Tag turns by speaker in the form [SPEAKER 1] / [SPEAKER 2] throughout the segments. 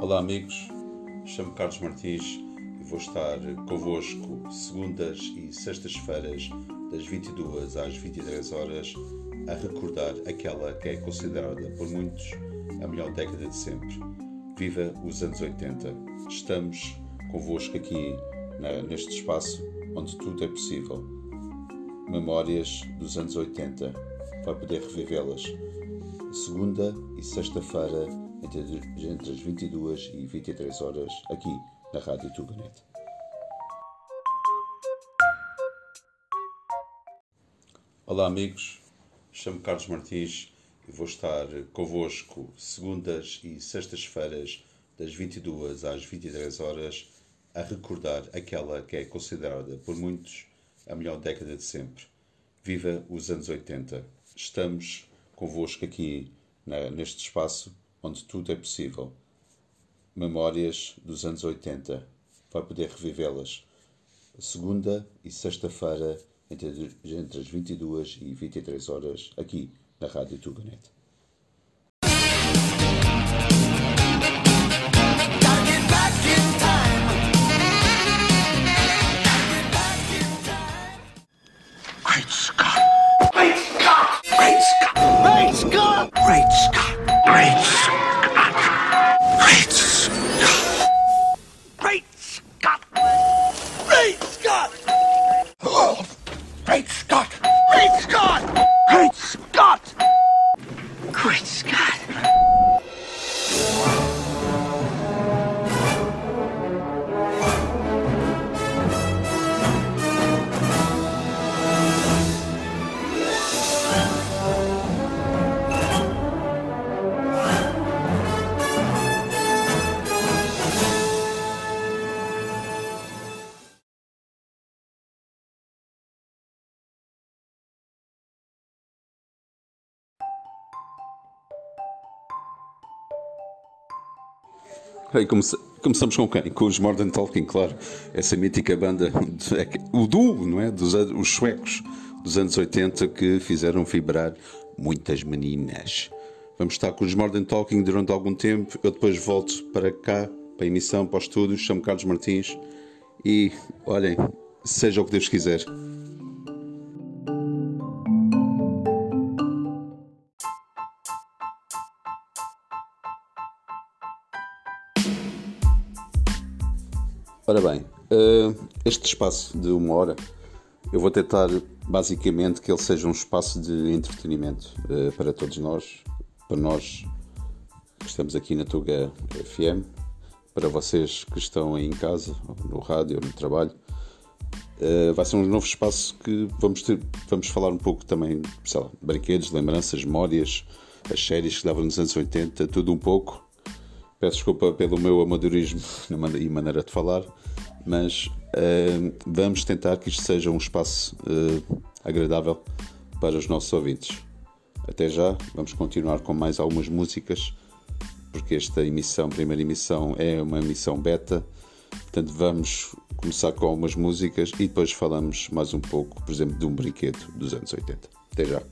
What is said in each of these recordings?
[SPEAKER 1] Olá amigos, chamo-me Carlos Martins e vou estar convosco segundas e sextas-feiras das 22 às 23 horas a recordar aquela que é considerada por muitos a melhor década de sempre. Viva os anos 80! Estamos convosco aqui neste espaço onde tudo é possível. Memórias dos anos 80, vai poder revivê-las. Segunda e sexta-feira entre as 22 e 23 horas aqui na Rádio Tuganet. Olá amigos, chamo-me Carlos Martins e vou estar convosco segundas e sextas-feiras das 22 às 23 horas a recordar aquela que é considerada por muitos a melhor década de sempre. Viva os anos 80! Estamos convosco aqui neste espaço onde tudo é possível. Memórias dos anos 80, vai poder revivê-las. Segunda e sexta-feira entre as 22 e 23 horas aqui na Rádio Tuganet.
[SPEAKER 2] Great Scott! Great Scott! Great Scott! Great Scott! Great Scott! Great Scott! Great Scott! Great Scott! Great Scott! Oh, Great Scott! Great Scott! Great Scott! Great Scott!
[SPEAKER 1] Hey, começamos com quem? Com os Modern Talking, claro. Essa mítica banda, o duo, não é? Os suecos dos anos 80 que fizeram vibrar muitas meninas. Vamos estar com os Modern Talking durante algum tempo. Eu depois volto para cá, para a emissão, para o estúdio. Chamo-me Carlos Martins e, olhem, seja o que Deus quiser. Ora bem, este espaço de 1 hora, eu vou tentar basicamente que ele seja um espaço de entretenimento para todos nós, para nós que estamos aqui na Tuga FM, para vocês que estão aí em casa, no rádio ou no trabalho. Vai ser um novo espaço que vamos falar um pouco também, sei lá, brinquedos, lembranças, memórias, as séries que davam nos anos 80, tudo um pouco. Peço desculpa pelo meu amadorismo e maneira de falar, mas vamos tentar que isto seja um espaço agradável para os nossos ouvintes. Até já, vamos continuar com mais algumas músicas, porque esta primeira emissão, é uma emissão beta, portanto vamos começar com algumas músicas e depois falamos mais um pouco, por exemplo, de um brinquedo dos anos 80. Até já.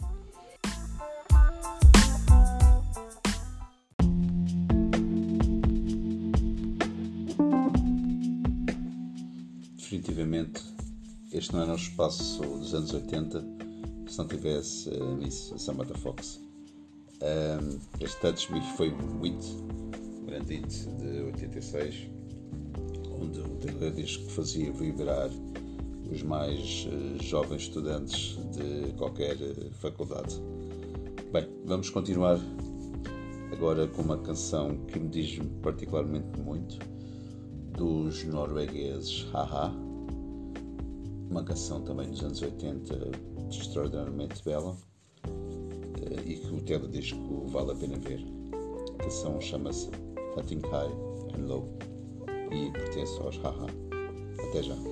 [SPEAKER 1] Definitivamente, este não era um espaço dos anos 80 se não tivesse Miss Samantha Fox. Este Touch Me foi um grande hit de 86, onde o disco que fazia vibrar os mais jovens estudantes de qualquer faculdade. Bem, vamos continuar agora com uma canção que me diz particularmente muito, dos noruegueses Haha, uma canção também dos anos 80 extraordinariamente bela e que o teledisco vale a pena ver. A canção chama-se Hunting High and Low e pertence aos Haha. Até já.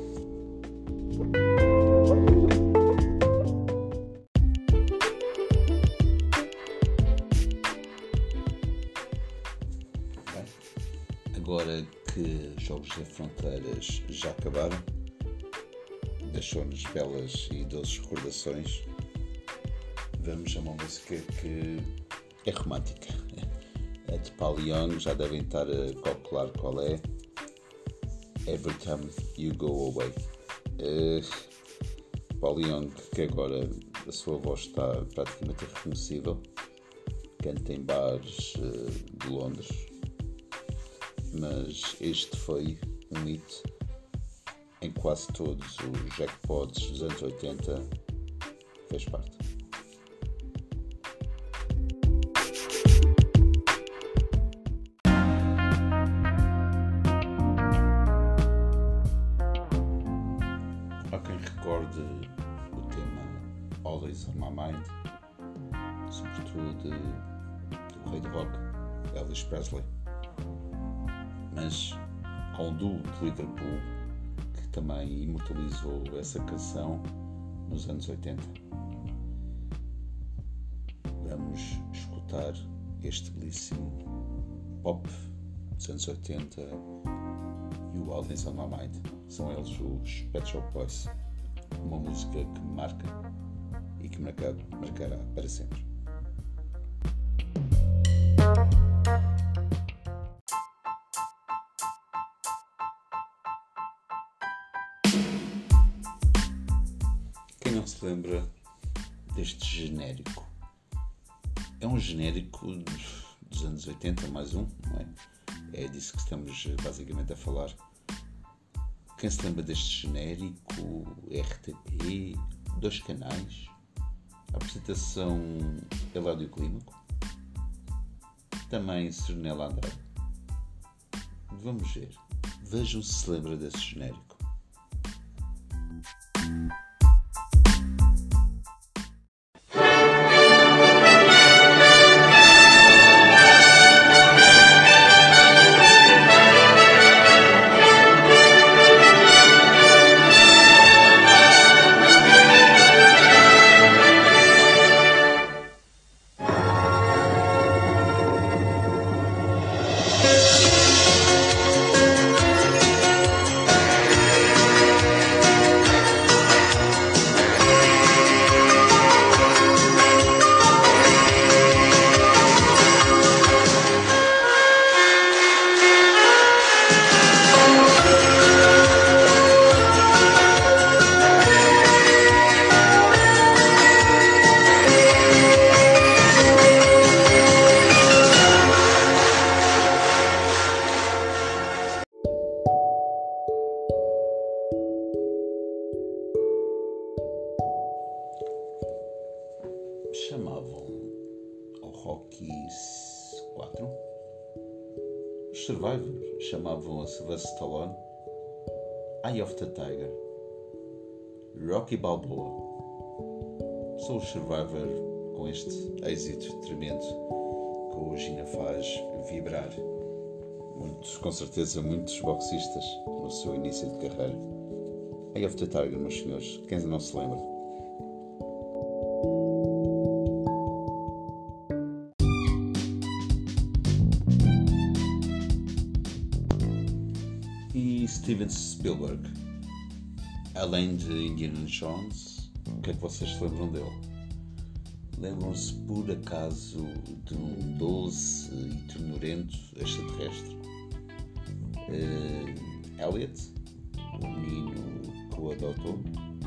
[SPEAKER 1] Agora que Jogos Sem Fronteiras já acabaram, deixou-nos belas e doces recordações, vamos a uma música que é romântica. É de Paul Young, já devem estar a calcular qual é. Every Time You Go Away. Paul Young, que agora a sua voz está praticamente irreconhecível, canta em bares de Londres, mas este foi um hit em quase todos os jackpots dos anos 80, fez parte. Há quem recorde o tema Always on My Mind, sobretudo do rei do rock, Elvis Presley. Mas há um duo de Liverpool que também imortalizou essa canção nos anos 80. Vamos escutar este belíssimo pop dos anos 80 e o Always on My Mind. São eles os Pet Shop Boys. Uma música que me marca e que marcará para sempre. Quem não se lembra deste genérico? É um genérico dos anos 80, mais um, não é? É disso que estamos basicamente a falar. Quem se lembra deste genérico? RTP, 2 canais, a apresentação Eládio Clímaco, também Serenela Andrade. Vamos ver. Vejam se se lembra desse genérico. Chamavam ao Rocky 4, os Survivor chamavam a Sylvester Stallone Eye of the Tiger, Rocky Balboa. Sou o Survivor com este êxito tremendo que hoje ainda faz vibrar com certeza muitos boxistas no seu início de carreira. Eye of the Tiger, meus senhores, quem não se lembra? E Steven Spielberg, além de Indiana Jones, o que é que vocês se lembram dele? Lembram-se por acaso de um doce e ternurento extraterrestre? Elliot, o menino que o adotou?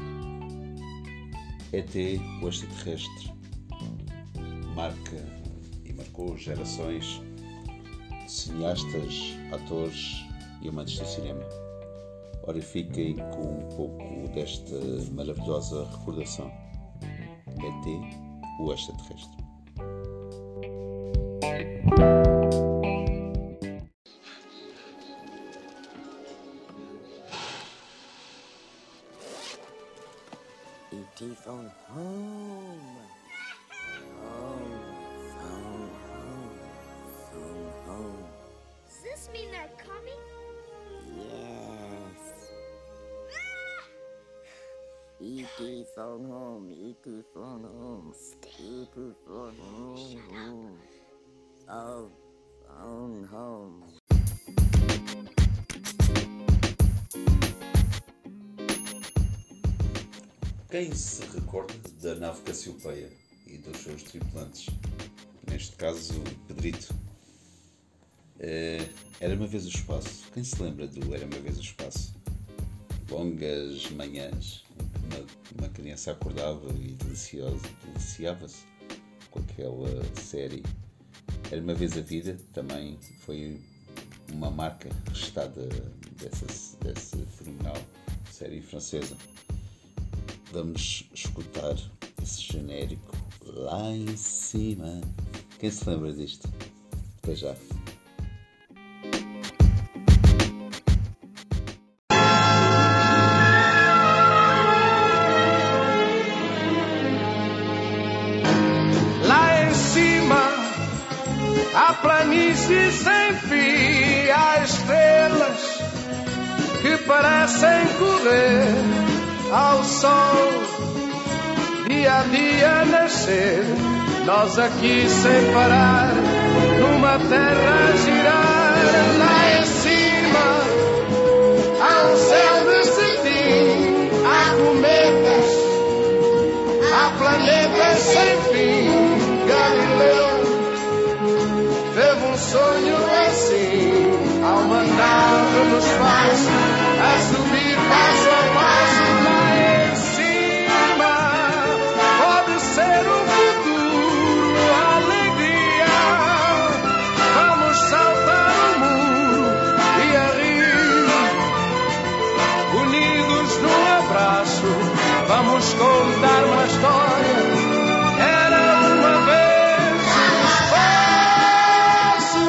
[SPEAKER 1] ET, o extraterrestre, marca e marcou gerações de cineastas, atores e amantes do cinema. Ora, fiquem com um pouco desta maravilhosa recordação. ET, o extraterrestre.
[SPEAKER 3] E.T. phone home. Phone home.
[SPEAKER 4] Does this mean they're coming?
[SPEAKER 3] Yes. E.T. phone home. E.T. phone home. E.T. phone home. Oh, phone home.
[SPEAKER 1] Quem se recorda da nave Cassiopeia e dos seus tripulantes? Neste caso, Pedrito, Era uma vez o espaço. Quem se lembra do Era uma vez o espaço? Longas manhãs em que uma criança acordava e deliciava-se com aquela série. Era uma vez a vida, também foi uma marca registada dessa fenomenal série francesa. Vamos escutar esse genérico lá em cima. Quem se lembra disto? Até já.
[SPEAKER 5] Lá em cima, a planície sem fim, há estrelas que parecem correr ao sol, dia a dia nascer. Nós aqui sem parar, numa terra a girar. Lá em cima, há um céu de cetim, há cometas, há planetas sem fim. Galileu teve um sonho assim, ao mandar no espaço, a subir passo a passo. Lá em cima pode ser o futuro, a alegria. Vamos saltar o muro e a rir, unidos num abraço. Vamos contar uma história. Era uma vez um espaço.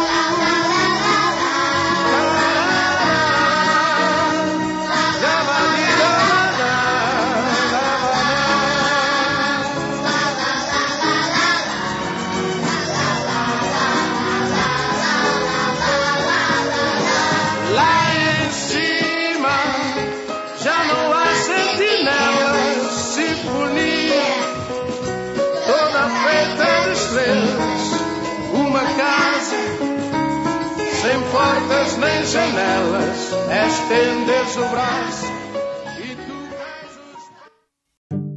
[SPEAKER 5] Lá em cima já não há sentinelas, sinfonia toda feita de estrelas. Uma casa sem portas nem janelas, é estenderes o braço e tu vês os...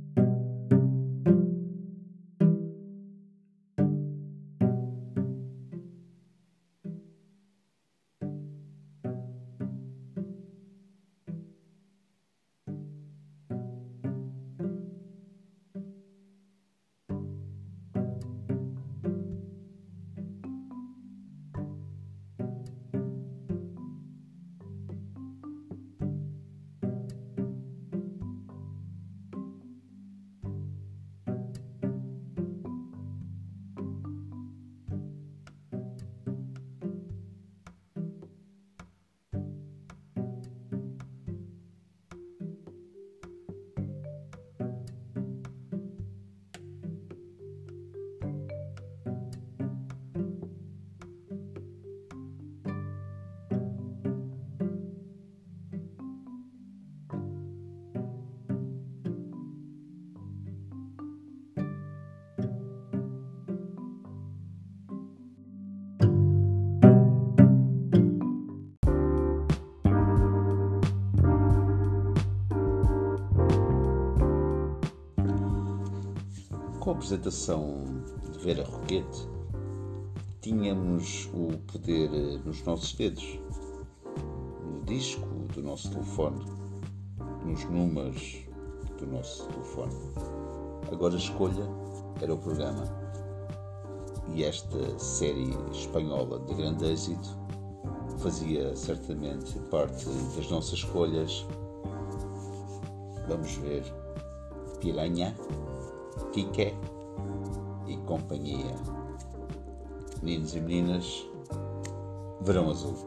[SPEAKER 1] Com a apresentação de Vera Roquete, tínhamos o poder nos nossos dedos, no disco do nosso telefone, nos números do nosso telefone. Agora a escolha era o programa. E esta série espanhola de grande êxito fazia certamente parte das nossas escolhas. Vamos ver Piranha, Quique e companhia. Meninos e meninas, Verão Azul.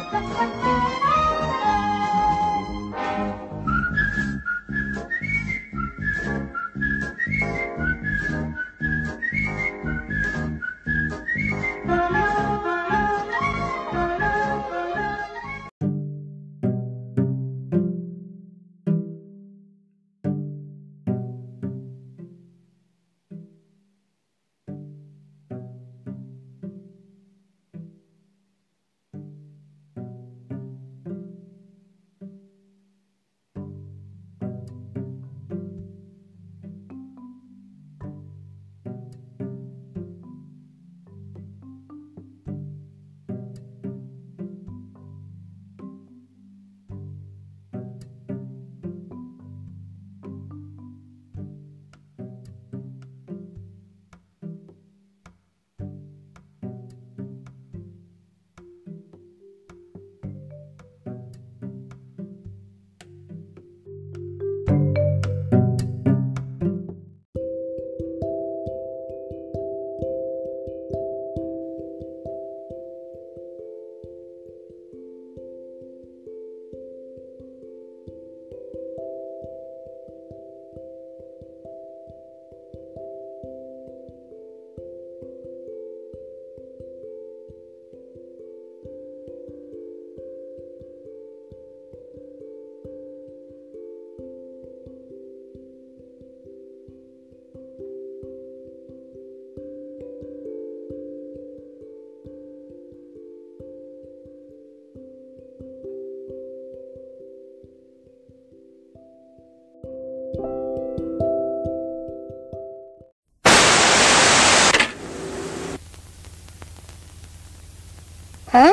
[SPEAKER 4] Hã?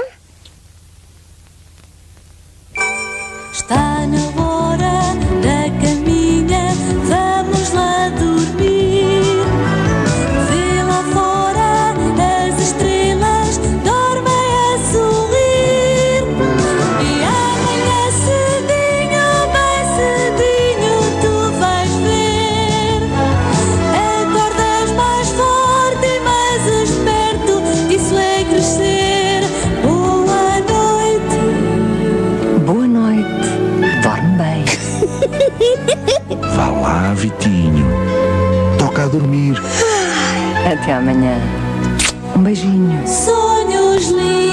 [SPEAKER 6] Está na hora da caminha, vamos lá dormir. Vê lá fora as estrelas dormem a sorrir. E amanhã cedinho, bem cedinho, tu vais ver. Acordas mais forte e mais esperto, isso é crescer.
[SPEAKER 7] Boa noite. Dorme bem.
[SPEAKER 2] Vá lá, Vitinho. Toca a dormir.
[SPEAKER 7] Até amanhã. Um beijinho.
[SPEAKER 6] Sonhos lindos.